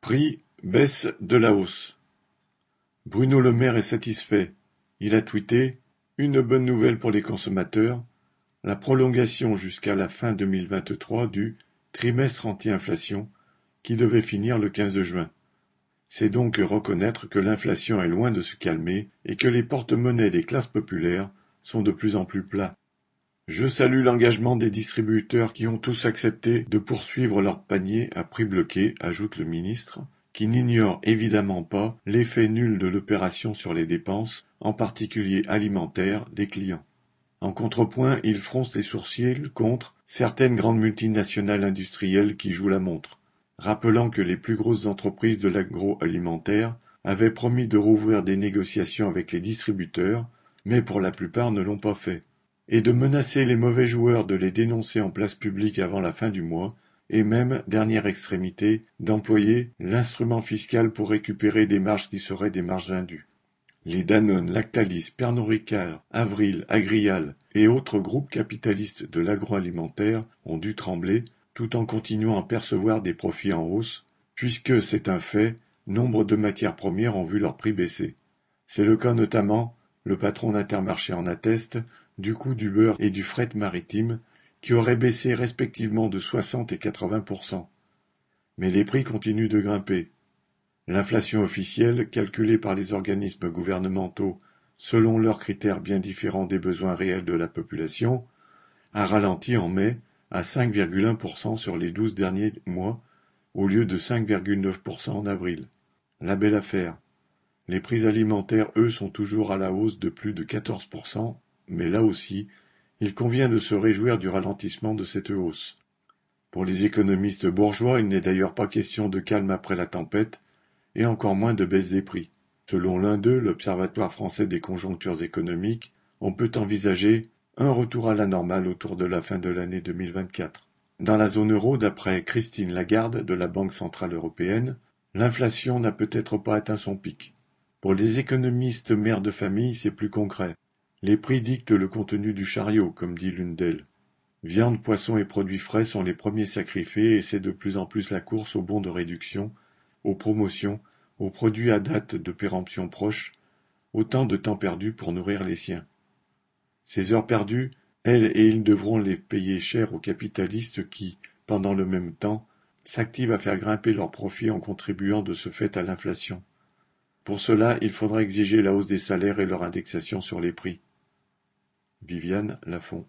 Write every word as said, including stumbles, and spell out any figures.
Prix, baisse de la hausse. Bruno Le Maire est satisfait. Il a tweeté « Une bonne nouvelle pour les consommateurs, la prolongation jusqu'à la fin deux mille vingt-trois du trimestre anti-inflation qui devait finir le quinze juin. C'est donc reconnaître que l'inflation est loin de se calmer et que les porte-monnaies des classes populaires sont de plus en plus plats. Je salue l'engagement des distributeurs qui ont tous accepté de poursuivre leur panier à prix bloqué, ajoute le ministre, qui n'ignore évidemment pas l'effet nul de l'opération sur les dépenses, en particulier alimentaires, des clients. En contrepoint, il fronce les sourcils contre certaines grandes multinationales industrielles qui jouent la montre, rappelant que les plus grosses entreprises de l'agroalimentaire avaient promis de rouvrir des négociations avec les distributeurs, mais pour la plupart ne l'ont pas fait, et de menacer les mauvais joueurs de les dénoncer en place publique avant la fin du mois, et même, dernière extrémité, d'employer l'instrument fiscal pour récupérer des marges qui seraient des marges indues. Les Danone, Lactalis, Pernod Ricard, Avril, Agrial et autres groupes capitalistes de l'agroalimentaire ont dû trembler, tout en continuant à percevoir des profits en hausse, puisque, c'est un fait, nombre de matières premières ont vu leur prix baisser. C'est le cas notamment, le patron d'Intermarché en atteste, du coût du beurre et du fret maritime, qui auraient baissé respectivement de soixante et quatre-vingts pour cent. Mais les prix continuent de grimper. L'inflation officielle, calculée par les organismes gouvernementaux selon leurs critères bien différents des besoins réels de la population, a ralenti en mai à cinq virgule un pour cent sur les douze derniers mois, au lieu de cinq virgule neuf pour cent en avril. La belle affaire. Les prix alimentaires, eux, sont toujours à la hausse de plus de quatorze pour cent, mais là aussi, il convient de se réjouir du ralentissement de cette hausse. Pour les économistes bourgeois, il n'est d'ailleurs pas question de calme après la tempête, et encore moins de baisse des prix. Selon l'un d'eux, l'Observatoire français des conjonctures économiques, on peut envisager un retour à la normale autour de la fin de l'année deux mille vingt-quatre. Dans la zone euro, d'après Christine Lagarde de la Banque centrale européenne, l'inflation n'a peut-être pas atteint son pic. Pour les économistes mères de famille, c'est plus concret. Les prix dictent le contenu du chariot, comme dit l'une d'elles. Viande, poissons et produits frais sont les premiers sacrifiés et c'est de plus en plus la course aux bons de réduction, aux promotions, aux produits à date de péremption proche, autant de temps perdu pour nourrir les siens. Ces heures perdues, elles et ils devront les payer cher aux capitalistes qui, pendant le même temps, s'activent à faire grimper leurs profits en contribuant de ce fait à l'inflation. Pour cela, il faudra exiger la hausse des salaires et leur indexation sur les prix. Viviane Lafont.